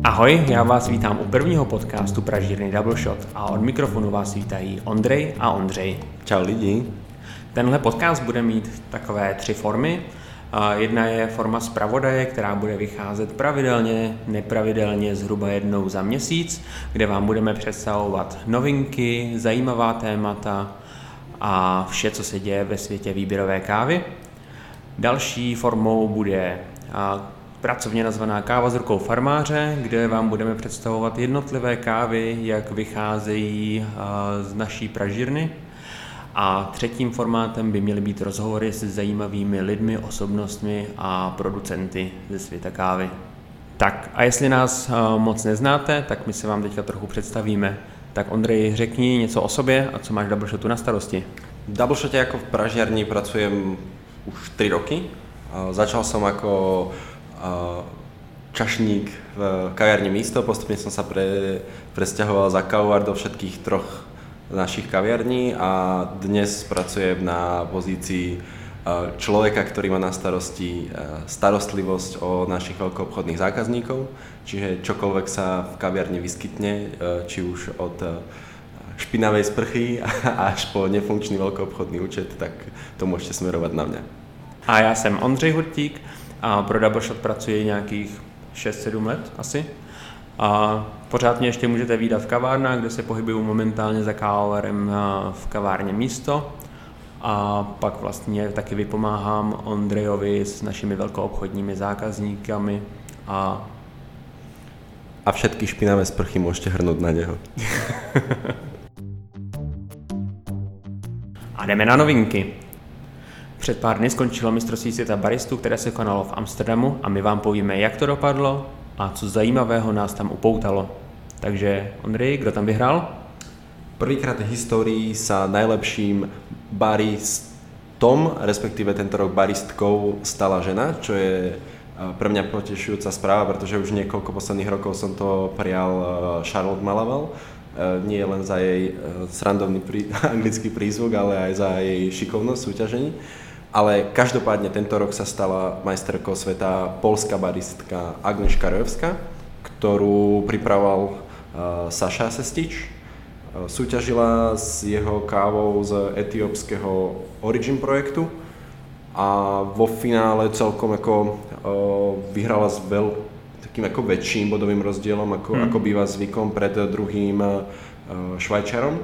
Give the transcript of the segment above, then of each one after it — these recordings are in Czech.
Ahoj, já vás vítám u prvního podcastu Pražírny Double Shot a od mikrofonu vás vítají Ondrej a Ondřej. Čau lidi. Tenhle podcast bude mít takové 3 formy. Jedna je forma zpravodaje, která bude vycházet pravidelně, nepravidelně, zhruba jednou za měsíc, kde vám budeme představovat novinky, zajímavá témata a vše, co se děje ve světě výběrové kávy. Další formou bude pracovně nazvaná káva s rukou farmáře, kde vám budeme představovat jednotlivé kávy, jak vycházejí z naší pražírny. A třetím formátem by měly být rozhovory se zajímavými lidmi, osobnostmi a producenty ze světa kávy. Tak a jestli nás moc neznáte, tak my se vám teďka trochu představíme. Tak Ondrej, řekni něco o sobě a co máš v Double Shotu na starosti. V Double Shote ako v pražiarni pracujem už 3 roky. Začal som ako čašník v kaviarni Místo, postupne som sa presťahoval za kávovár do všetkých 3 našich kaviarní a dnes pracujem na pozícii človeka, ktorý má na starosti starostlivosť o našich veľkoobchodných zákazníkov, čiže čokoľvek sa v kaviarni vyskytne, či už od špinavej sprchy až po nefunkčný veľkoobchodný účet, tak to môžete smerovať na mňa. A já jsem Ondřej Hurtík a pro Double Shot pracuji nějakých 6-7 let asi. A pořád mě ještě můžete vídat v kavárnách, kde se pohybuju momentálně za kávovarem v kavárně Místo. A pak vlastně taky vypomáhám Ondrejovi s našimi velkoobchodními zákazníkami a všetky špinavé sprchy môžete hrnúť na neho. A jdeme na novinky. Před pár dny skončilo mistrovství světa baristů, které se konalo v Amsterdamu a my vám povíme, jak to dopadlo a co zajímavého nás tam upoutalo. Takže Ondrej, kdo tam vyhrál? Prvýkrát v histórii sa najlepším baristom, respektíve tento rok baristkou stala žena, čo je pre mňa potešujúca správa, pretože už niekoľko posledných rokov som to prijal Charlotte Malaval. Nie len za jej srandovný anglický prízvuk, ale aj za jej šikovnosť v súťažení. Ale každopádne tento rok sa stala majsterkou sveta poľská baristka Agnieszka Rojewska, ktorú pripravoval Saša Sestič. Súťažila s jeho kávou z etiópskeho Origin projektu a vo finále celkom ako vyhrala s takým ako väčším bodovým rozdielom, ako býva zvykom pred druhým Švajčarom.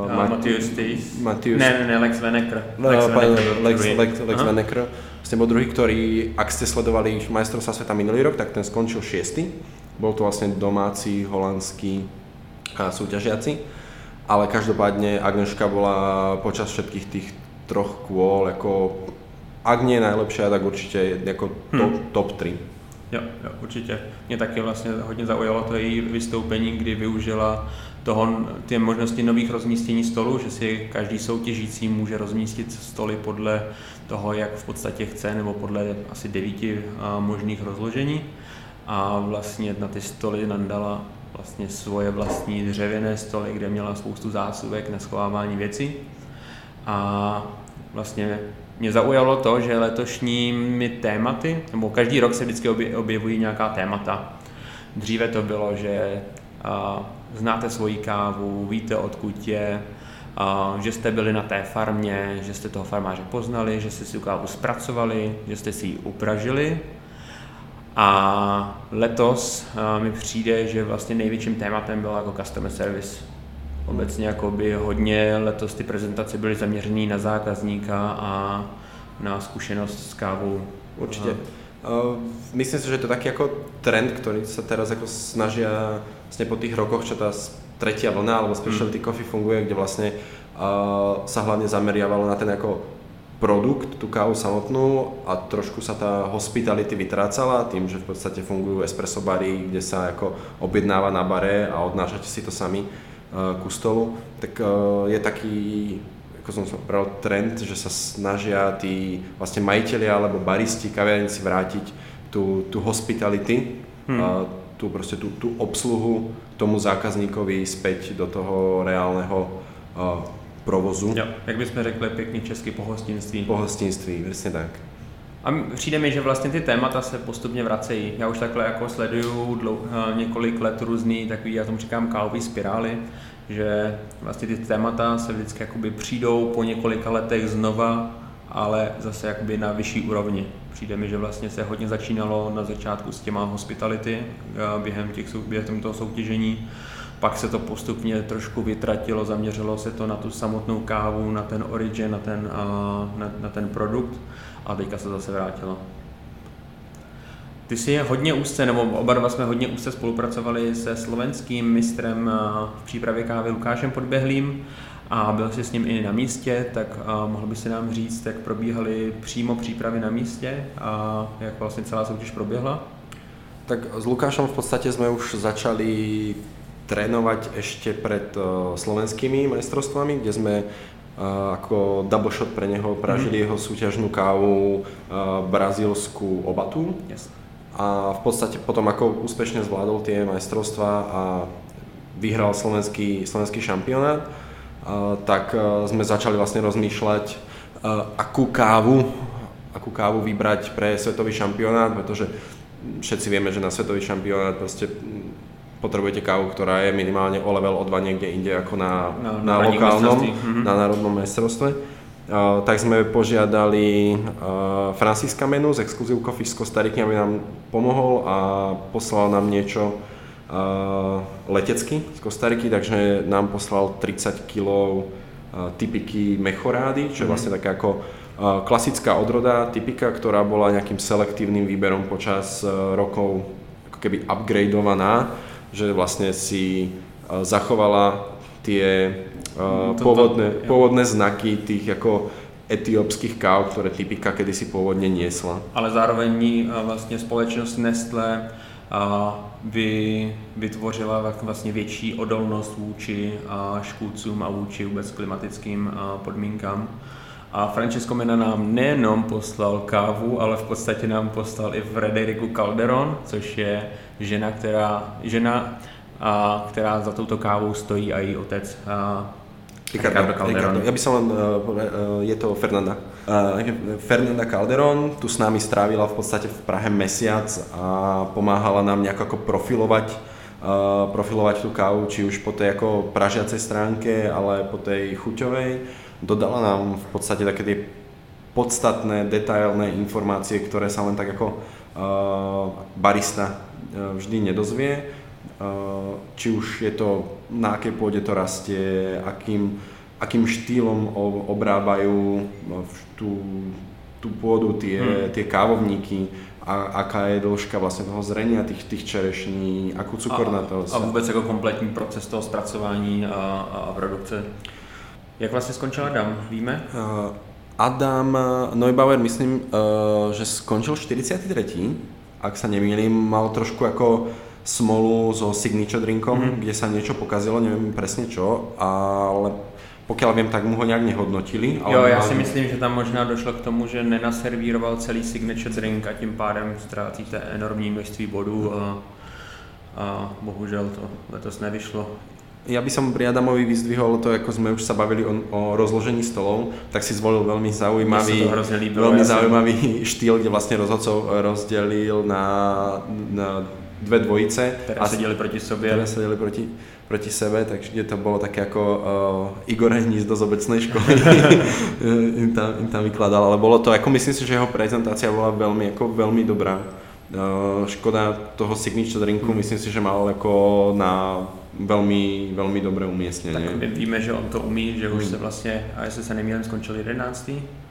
Lex Venneker. Lex Venneker. Vlastne bol druhý, ktorý, ak ste sledovali majstrovstvá sveta minulý rok, tak ten skončil 6. Bol to vlastne domáci, holandský súťažiaci. Ale každopádne Agnieszka bola počas všetkých tých 3 kôl, ako, ak nie najlepšia, tak určite ako top 3. Jo, určitě. Mě taky vlastně hodně zaujalo to její vystoupení, kdy využila ty možnosti nových rozmístění stolů, že si každý soutěžící může rozmístit stoly podle toho, jak v podstatě chce, nebo podle asi 9 možných rozložení. A vlastně na ty stoly nadala vlastně svoje vlastní dřevěné stoly, kde měla spoustu zásuvek na schovávání věcí. A vlastně mě zaujalo to, že letošními tématy, nebo každý rok se vždycky objevují nějaká témata. Dříve to bylo, že znáte svoji kávu, víte odkud je, že jste byli na té farmě, že jste toho farmáře poznali, že jste si tu kávu zpracovali, že jste si ji upražili. A letos mi přijde, že vlastně největším tématem bylo jako customer service. Obecně jakoby hodně letos ty prezentace byly zaměřené na zákazníka a na zkušenost s kávou. Určite. Myslím si, že to je taký ako trend, ktorý sa teraz ako snažia vlastne po tých rokoch, čo tá tretia vlna alebo specialty coffee funguje, kde vlastne sa hlavne zameriavalo na ten ako produkt, tú kávu samotnú a trošku sa tá hospitality vytrácala tým, že v podstate fungujú espresso bary, kde sa ako objednáva na bare a odnášate si to sami ku stolu, tak je taký, ako som povedal, trend, že sa snažia tí vlastne majitelia alebo baristi, kaviarníci vrátiť tú hospitality, tú obsluhu tomu zákazníkovi späť do toho reálneho provozu. Jo, jak bychom řekli pěkně česky pohostinství. Pohostinství, presne tak. A přijde mi, že vlastně ty témata se postupně vracejí. Já už takhle jako sleduju několik let různý takový, já tomu říkám kávový spirály, že vlastně ty témata se vždycky jakoby přijdou po několika letech znova, ale zase jakoby na vyšší úrovni. Přijde mi, že vlastně se hodně začínalo na začátku s těma hospitality během toho soutěžení, pak se to postupně trošku vytratilo, zaměřilo se to na tu samotnou kávu, na ten origin, na ten produkt a teďka se zase vrátilo. Ty jsi hodně úzce, nebo oba dva jsme hodně úzce spolupracovali se slovenským mistrem v přípravě kávy Lukášem Podběhlým a byl jsi s ním i na místě, tak mohl by si nám říct, jak probíhaly přímo přípravy na místě a jak vlastně celá soutěž proběhla? Tak s Lukášom v podstate sme už začali trénovať ešte pred slovenskými majstrovstvami, kde sme ako double shot pre neho pražili jeho súťažnú kávu brazílskú obatu. Yes. A v podstate potom, ako úspešne zvládol tie majstrovstvá a vyhral slovenský šampionát, tak sme začali vlastne rozmýšľať, akú kávu vybrať pre svetový šampionát, pretože všetci vieme, že na svetový šampionát proste potrebujete kávu, ktorá je minimálne o level o 2 niekde inde ako na lokálnom, na národnom majstrovstve. Tak sme požiadali Francisca Menu z Exclusive Coffee z Kostariky, aby nám pomohol a poslal nám niečo letecky z Kostariky, takže nám poslal 30 kg typiky Mechorády, čo je vlastne taká ako klasická odroda typika, ktorá bola nejakým selektívnym výberom počas rokov ako keby upgradeovaná, že vlastne si zachovala tie pôvodné znaky tých ako etiópskych káv, ktoré typika kedysi pôvodne niesla. Ale zároveň vlastně společnost Nestlé vytvořila vlastně větší odolnost vůči škůdcům a vůči vůbec klimatickým podmínkám. A Francesco Mena nám nejenom poslal kávu, ale v podstatě nám poslal i Frederiku Calderon, což je žena, která za touto kávou stojí a její otec Ricardo Calderon. Ja by som len je to Fernanda. Fernanda Calderon tu s nami strávila v podstate v Prahe mesiac a pomáhala nám nejako ako profilovať tú kávu, či už po tej ako pražiacej stránke, ale po tej chuťovej. Dodala nám v podstate také tie podstatné, detailné informácie, ktoré sa len tak ako barista vždy nedozvie. Či už je to, na akej pôde to rastie, akým štýlom obrábajú tú pôdu tie kávovníky, a aká je dĺžka vlastne toho zrenia tých čerešní, akú cukornatosť. A vůbec jako kompletní proces toho zpracování a produkce. Jak vlastně skončil Adam, víme? Adam Neubauer, myslím, že skončil 43. Ak sa nemýlim, mal trošku ako smolu so signature drinkom, kde sa niečo pokazilo, neviem presne čo, ale pokiaľ viem, tak mu ho nejak nehodnotili. Ale jo, já si myslím, že tam možná došlo k tomu, že nenaservíroval celý signature drink a tím pádem ztrácíte enormní množství bodů a bohužel to letos nevyšlo. Ja by som pri Adamovi vyzdvihol to, ako sme už sa bavili o rozložení stolov, tak si zvolil veľmi zaujímavý štýl, kde vlastne rozhodcov rozdelil na dve dvojice. Ktoré sedeli proti sobě. Ktoré sedeli proti sebe, takže to bolo také ako Igor Hnízdo z obecnej školy. im tam vykladal, ale bolo to, ako myslím si, že jeho prezentácia bola veľmi dobrá. Škoda toho signature drinku, myslím si, že mal ako na veľmi dobré umiestnenie. Tak my víme, že on to umí, že už se vlastně, a jestli se nemýlím, skončil 11.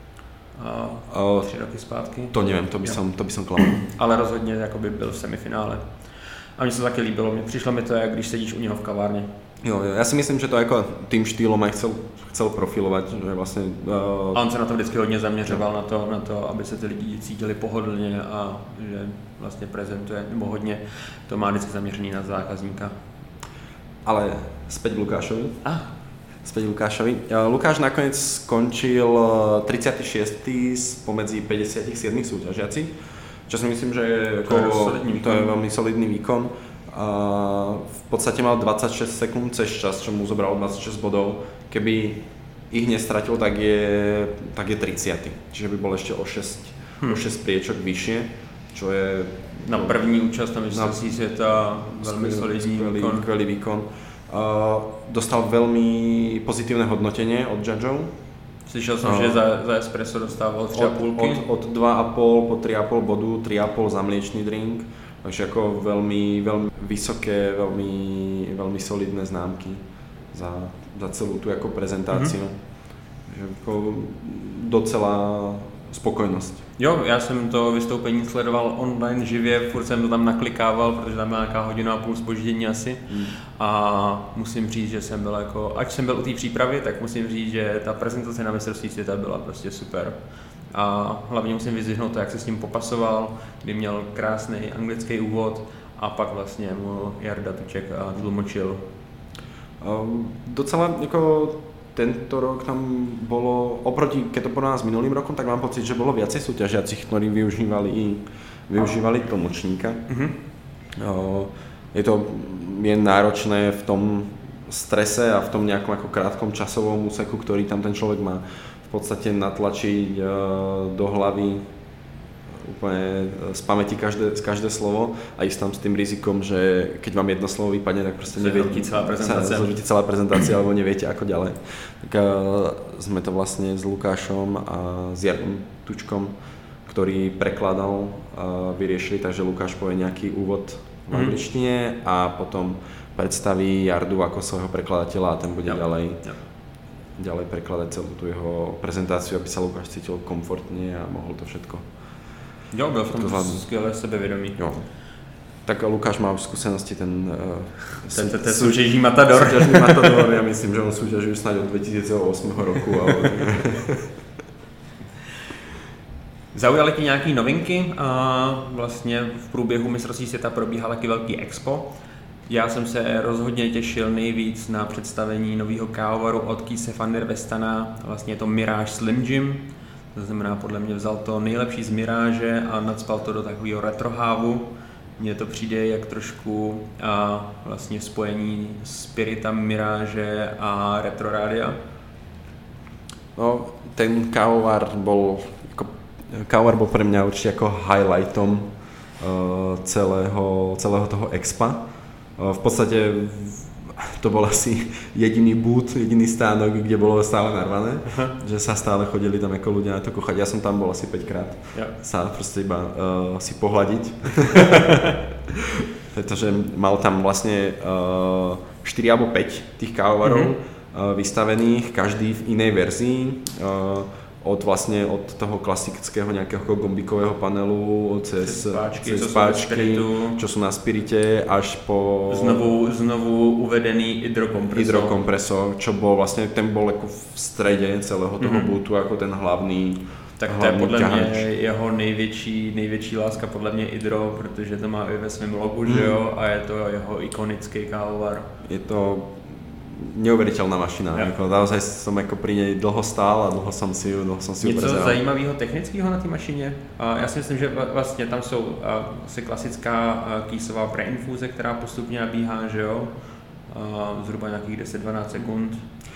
3 roky zpátky. To neviem, to by som klamal. Ale rozhodně jakoby byl v semifinále. A mně se to taky líbilo, přišlo mi to, jak když sedíš u něho v kavárně. Jo, ja si myslím, že to ako tým štýlom aj chcel profilovať, že vlastne... A on se na to vždycky hodně zaměřoval na to, aby se ty lidi cítili pohodlně a že vlastně prezentuje, nebo hodně to má vždycky zaměřený na zákazníka. Ale späť Lukášovi. Lukáš nakoniec skončil 36. spomedzi 57 súťažiacich, čo si myslím, že to je veľmi solidný výkon. V podstate mal 26 sekúnd cez čas, čo mu zobralo 26 bodov. Keby ich nestratil, tak je 30. Čiže by bol ešte o o 6 priečok vyššie, čo je na první účast na mistrovství světa velmi solidní výkon. Skvelý výkon. Dostal veľmi pozitívne hodnotenie od judgeov. Slyšel jsem, že za espresso dostával 3,5. Od 2,5 po 3,5 bodu, 3,5 za mliečný drink. Takže jako velmi vysoké, velmi solidné známky za celou tu jako prezentáciu. Takže jako docela spokojnost. Jo, já jsem to vystoupení sledoval online živě, furt jsem to tam naklikával, protože tam byla nějaká 1,5 hodiny zpoždění asi. A musím říct, že jsem byl jako, ať jsem byl u té přípravy, tak musím říct, že ta prezentace na mistrovství světa byla prostě super. A hlavně musím vyzdvihnout to, jak se s ním popasoval, kdy měl krásný anglický úvod a pak vlastně mu Jarda Tuček tlumočil. Docela jako tento rok tam bolo, oproti keď to porovnám s minulým rokom, tak mám pocit, že bolo viacej súťažiacich, ktorí využívali tlmočníka. Je náročné v tom strese a v tom nejakom ako krátkom časovom úseku, ktorý tam ten človek má, v podstate natlačiť do hlavy úplne z pamäti každé slovo a ísť tam s tým rizikom, že keď vám jedno slovo vypadne, tak proste neviete, zložíte celá prezentácia alebo neviete ako ďalej. Tak sme to vlastne s Lukášom a s Jardom Tučkom, ktorý prekladal, vyriešili, takže Lukáš povie nejaký úvod v angličtine a potom predstaví Jardu ako svojho prekladateľa a ten bude ďalej prekladať celú tú jeho prezentáciu, aby sa Lukáš cítil komfortne a mohol to všetko. Jo, byl v tom skvěle sebevědomý. Jo. Tak Lukáš má už zkušenosti ten soutěžní matador. Súťažný matador, ja myslím, že on súťaží snáď od 2008 roku. Ale... Zaujaly ti nějaký novinky? Vlastně v průběhu mistrovství světa probíhal taky velký expo. Já jsem se rozhodně těšil nejvíc na představení nového kávovaru od Kiese van der Westana, vlastně je to Mirage Slim Jim. To znamená, podle mě vzal to nejlepší z Mirage a nacpal to do takového retrohávu. Mně to přijde jak trošku vlastně spojení Spirita Mirage a Retro Rádia. No, ten kávovar bol pre mňa určite ako highlightom celého toho expa. V podstate to bol asi jediný booth, jediný stánok, kde bolo stále narvané, že sa stále chodili tam ako ľudia na to kochať. Ja som tam bol asi 5-krát sa proste iba si pohľadiť. Pretože mal tam vlastne 4 alebo 5 tých kávovarov vystavených, každý v inej verzii. Od toho klasického nejakého gombíkového panelu cez páčky, čo sú na Spirite, až po znovu uvedený hydrokompresor, čo bol vlastne, ten bol ako v strede celého toho bootu, ako ten hlavný. Tak to je podle mě jeho největší láska, podle mě Idro, protože to má i ve svém logu, že jo, a je to jeho ikonický kávovar. Je to neuveriteľná mašina. Jako, naozaj som ako pri nej dlho stál a dlho som si ju Něco zajímavého technického na té mašině? Já si myslím, že vlastně tam jsou asi klasická kýsová preinfúze, která postupně nabíhá, že jo? Zhruba nějakých 10-12 sekund.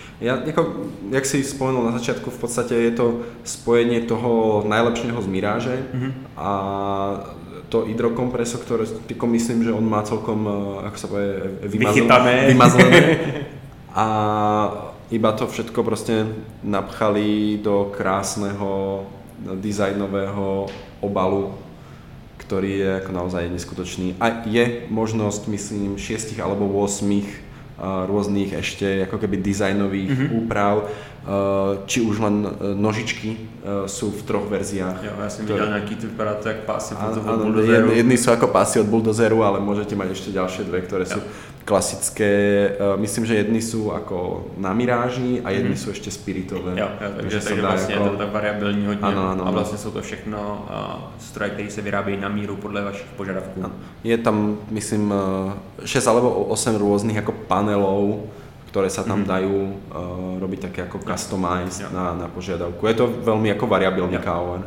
Jak si spomenul na začiatku, v podstate je to spojenie toho najlepšieho z Mirage a to hydrokompreso, ktoré myslím, že on má celkom, ako sa povie, vymazlené. A iba to všetko proste napchali do krásneho dizajnového obalu, ktorý je ako naozaj neskutočný. A je možnosť, myslím, 6 alebo 8 rôznych ešte ako keby dizajnových úprav, či už len nožičky sú v 3 verziách. Jo, ja som videl nejaký, to vypadá to jak pásy od Bulldozeru. Jedni sú ako pásy od Bulldozeru, ale môžete mať ešte ďalšie dve, ktoré sú klasické. Myslím, že jedni sú ako na Miráži a jedni sú ešte spiritové. Jo, takže vlastně je to tak variabilní hodně. Ano, a vlastně jsou to všechno stroje, které se vyrábějí na míru podle vašich požadavků. Ano. Je tam, myslím, 6 alebo 8 rôznych ako panelov, ktoré sa tam dajú robiť také ako customized na požiadavku. Je to veľmi ako variabilní kávovar.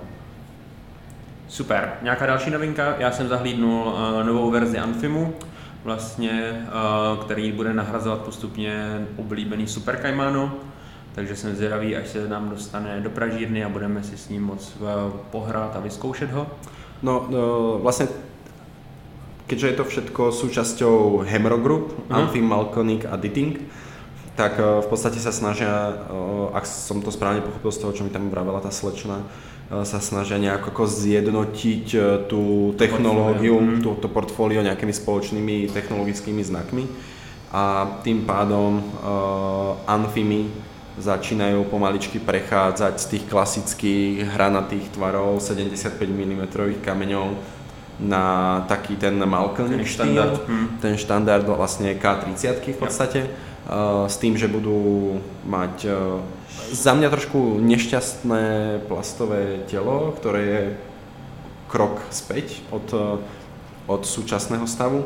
Super. Nějaká další novinka? Já jsem zahlídnul novou verzi Anfimu, vlastně, který bude nahrazovat postupně oblíbený Super Caimano. takže jsem zvědavý, až se nám dostane do pražírny a budeme si s ním moc pohrát a vyzkoušet ho. No vlastne, keďže je to všetko súčasťou Hemro Group, Anfim, Malkonik a Ditting, tak v podstate sa snažia, ak som to správne pochopil z toho, čo mi tam vravela tá slečna, sa snažia nejako ako zjednotiť tú technológiu, to portfólio nejakými spoločnými technologickými znakmi a tým pádom Anfimy začínajú pomaličky prechádzať z tých klasických hranatých tvarov 75 mm kameňov na taký ten Malkonik štýl, ten štandard vlastne K30 v podstate. S tým, že budú mať za mňa trošku nešťastné plastové telo, ktoré je krok späť od súčasného stavu,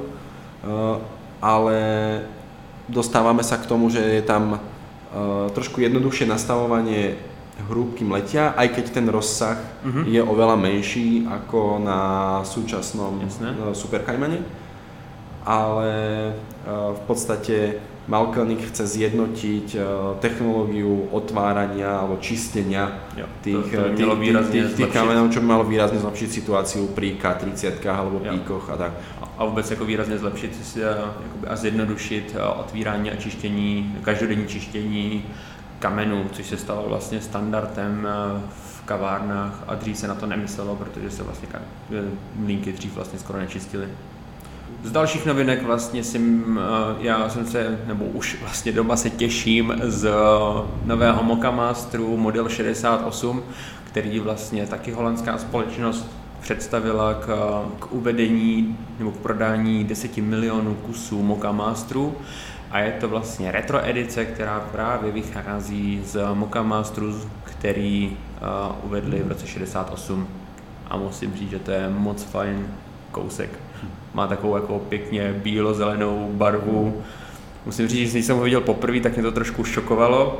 ale dostávame sa k tomu, že je tam trošku jednoduchšie nastavovanie hrúb, kým letia, aj keď ten rozsah je oveľa menší ako na súčasnom Super Caimane, ale v podstate Malkonik chce zjednotiť technológiu otvárania alebo čistenia tých kameňov, čo by malo výrazne zlepšiť situáciu pri K30 alebo píkoch a tak. A vůbec jako výrazně zlepšit a zjednodušit otvírání a čištění, každodenní čištění kamenů, což se stalo vlastně standardem v kavárnách a dřív se na to nemyslelo, protože se vlastně mlýnky dřív vlastně skoro nečistily. Z dalších novinek vlastně já jsem se, nebo už vlastně doma se těším z nového Moka Masteru Model 68, který vlastně taky holandská společnost představila k uvedení nebo k prodání 10 milionů kusů Moka Masteru a je to vlastně retro edice, která právě vychází z Moka Masteru, který uvedli v roce 68 a musím říct, že to je moc fajn kousek. Má takovou jako pěkně bílo-zelenou barvu. Musím říct, že když jsem ho viděl poprvé, tak mě to trošku šokovalo,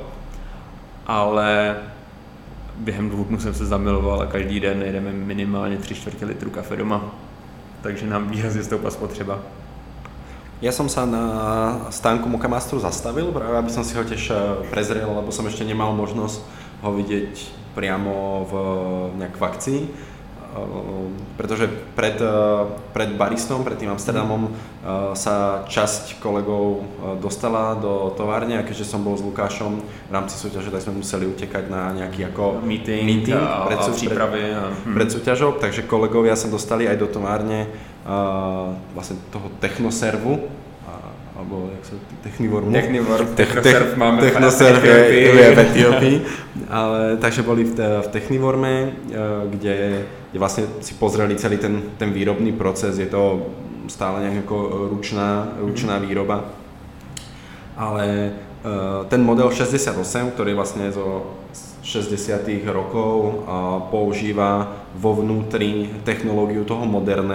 ale během 2 dnů jsem se zamiloval a každý den jedeme minimálně 3/4 litru kafe doma. Takže nám výrazně stoupá spotřeba. Ja som sa na stánku Moka Masteru zastavil, práve aby som si ho tiež prezrel, lebo som ešte nemal možnosť ho vidieť priamo nejak v akcii. Pretože pred baristom, pred tým Amsterdamom sa časť kolegov dostala do továrne a keďže som bol s Lukášom v rámci súťaže, tak sme museli utekať na nejaký ako meeting pred súťažou, takže kolegovia sa dostali aj do továrne vlastne toho technoservu, alebo jak sa Technivorm máme Technoserv je v Etiópii, ale takže boli v Technivorme, kde vlastne si pozreli celý ten výrobný proces, je to stále nejak ako ručná výroba, ale ten model 68, ktorý vlastne zo 60. rokov používa vo vnútri technológiu toho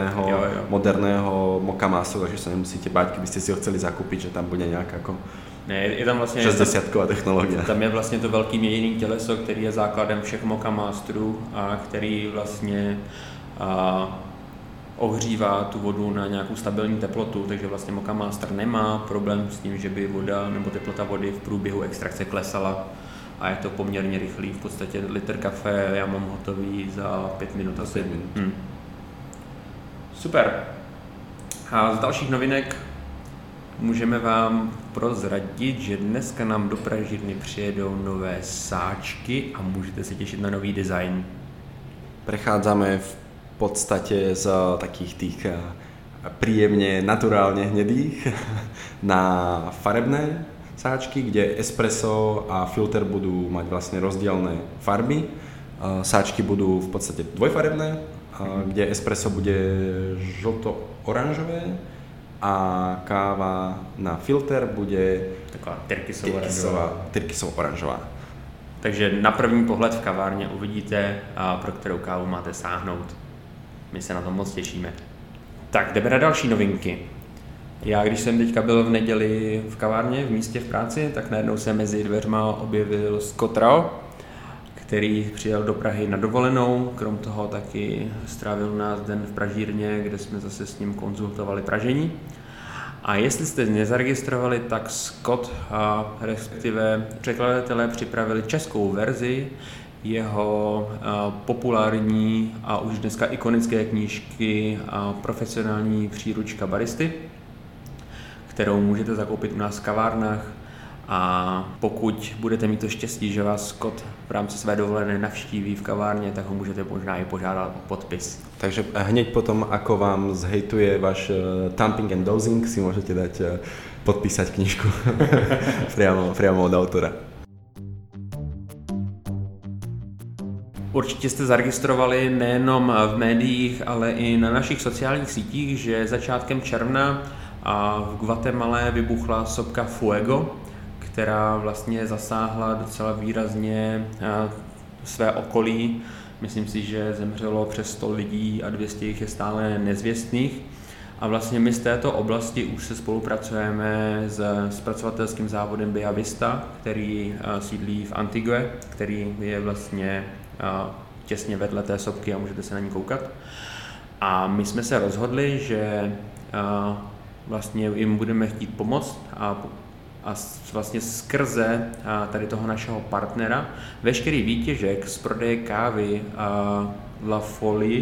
moderného Moka Masteru, takže sa nemusíte báť, keby ste si ho chceli zakúpiť, že tam bude nejaká ako je tam vlastně 60ková technologie. Tam je vlastně to velký měděný těleso, který je základem všech Moka Masterů a který vlastně ohřívá tu vodu na nějakou stabilní teplotu, takže vlastně Moka Master nemá problém s tím, že by voda nebo teplota vody v průběhu extrakce klesala a je to poměrně rychlý, v podstatě litr kafe já mám hotový za 5 minut asi. Super. A z dalších novinek můžeme vám prozradit, že dneska nám do pražírny přijedou nové sáčky a můžete se těšit na nový design. Prechádzame v podstate z takých tých príjemne naturálne hnedých na farebné sáčky, kde espresso a filter budú mať vlastne rozdielne farby. Sáčky budú v podstate dvojfarebné, kde espresso bude žlto-oranžové a káva na filter bude taková tyrkysovo-oranžová. Takže na první pohled v kavárně uvidíte, pro kterou kávu máte sáhnout. My se na to moc těšíme. Tak jdeme na další novinky. Já, když jsem teďka byl v neděli v kavárně, v místě v práci, tak najednou se mezi dveřma objevil Scott Rao, který přijel do Prahy na dovolenou, krom toho taky strávil nás den v pražírně, kde jsme zase s ním konzultovali pražení. A jestli jste nezaregistrovali, tak Scott, respektive překladatelé, připravili českou verzi jeho populární a už dneska ikonické knížky Profesionální příručka baristy, kterou můžete zakoupit u nás v kavárnách. A pokud budete mít to štěstí, že vás Scott v rámci své dovolené navštíví v kavárně, tak ho můžete možná i požádat o podpis. Takže hneď potom, ako vám zhejtuje váš thumping and dosing, si môžete dať podpísať knižku priamo od autora. Určitě jste zaregistrovali nejenom v médiích, ale i na našich sociálních sítích, že začátkem června v Guatemale vybuchla sopka Fuego, která vlastně zasáhla docela výrazně své okolí. Myslím si, že zemřelo přes 100 lidí a 200 jich je stále nezvěstných. A vlastně my z této oblasti už se spolupracujeme s zpracovatelským závodem Bella Vista, který sídlí v Antigue, který je vlastně těsně vedle té sopky a můžete se na ní koukat. A my jsme se rozhodli, že vlastně jim budeme chtít pomoct a vlastně skrze tady toho našeho partnera veškerý výtěžek z prodeje kávy La Folie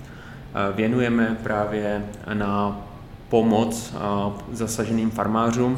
věnujeme právě na pomoc zasaženým farmářům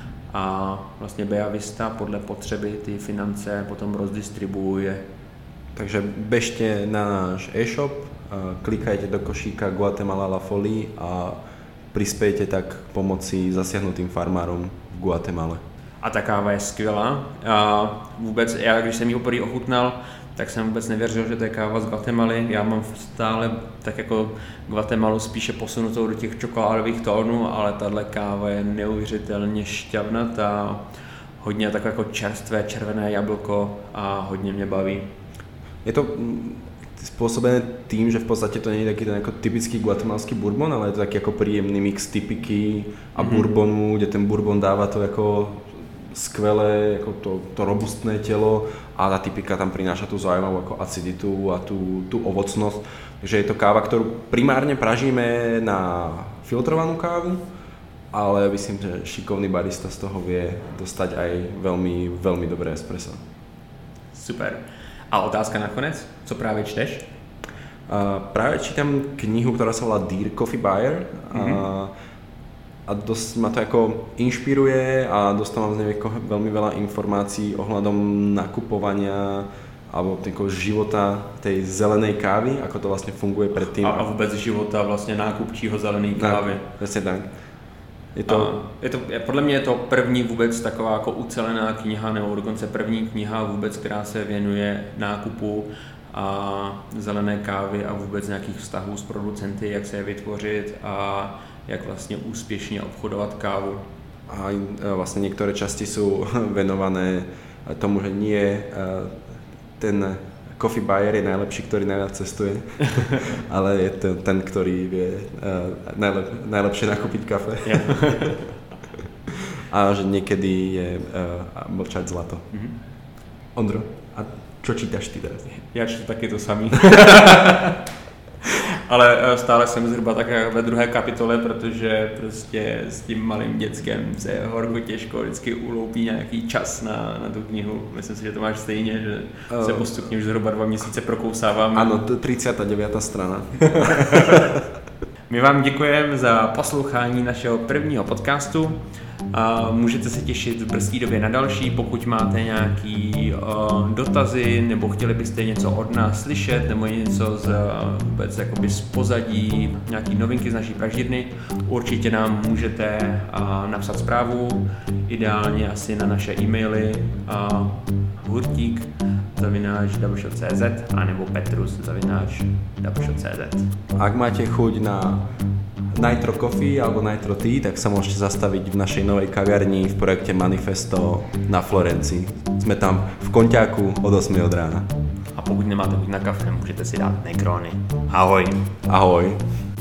a vlastně Bella Vista podle potřeby ty finance potom rozdistribuuje. Takže bežte na náš e-shop, klikajte do košíka Guatemala La Folie a prispiejte tak k pomoci zasiahnutým farmárom v Guatemale. A ta káva je skvělá. Vůbec, já když jsem ji poprvé ochutnal, tak jsem vůbec nevěřil, že to je káva z Guatemaly. Já mám stále tak jako Guatemalu spíše posunutou do těch čokoládových tónů, ale tahle káva je neuvěřitelně šťavnatá, hodně takové jako čerstvé červené jablko a hodně mě baví. Je to spôsobené tým, že v podstate to nie je taký ten ako typický guatemalský bourbon, ale je to taký ako príjemný mix typiky a bourbonu, kde ten bourbon dáva to ako skvelé, ako to robustné telo a tá typika tam prináša tú zaujímavú ako aciditu a tú ovocnosť. Takže je to káva, ktorú primárne pražíme na filtrovanú kávu, ale myslím, že šikovný barista z toho vie dostať aj veľmi, veľmi dobré espresso. Super. A otázka nakonec, co právě čteš? Práve čítam knihu, ktorá sa volá Dear Coffee Buyer a dosť ma to ako inšpiruje a dostávam z nej veľmi veľa informácií ohľadom nakupovania alebo života tej zelenej kávy, ako to vlastne funguje predtým. A vôbec života vlastně nákupčího zelenej kávy. Presne tak. Podle mě je to první vůbec taková jako ucelená kniha, nebo dokonce první kniha vůbec, která se věnuje nákupu a zelené kávy a vůbec nějakých vztahů s producenty, jak se je vytvořit a jak vlastně úspěšně obchodovat kávu. A vlastně některé časti jsou venované tomu, že nie ten coffee buyer je najlepší, ktorý najviac cestuje, ale je to ten, ktorý vie najlepšie nakúpiť kafe. A že niekedy je mlčať zlato. Ondro, a čo čítaš ty teraz? Já čtu taky to samý. Ale stále jsem zhruba tak ve druhé kapitole, protože prostě s tím malým dětskem se horko těžko vždycky uloupí nějaký čas na tu knihu. Myslím si, že to máš stejně, že se postupně už zhruba 2 měsíce prokousávám. Ano, 39. strana. My vám děkujeme za poslouchání našeho prvního podcastu. A můžete se těšit v brzké době na další, pokud máte nějaký dotazy nebo chtěli byste něco od nás slyšet nebo něco vůbec jakoby z pozadí, nějaký novinky z naší pražírny, určitě nám můžete napsat zprávu, ideálně asi na naše e-maily hurtík@doubleshot.cz a nebo petrus@doubleshot.cz. Ak máte chuť na Nitro Coffee alebo Nitro Tea, tak sa môžete zastaviť v našej novej kaviarni v projekte Manifesto na Florencii. Sme tam v Konťáku od 8 od rána. A pokud nemáte chuť na kafe, můžete si dát Negrony. Ahoj. Ahoj.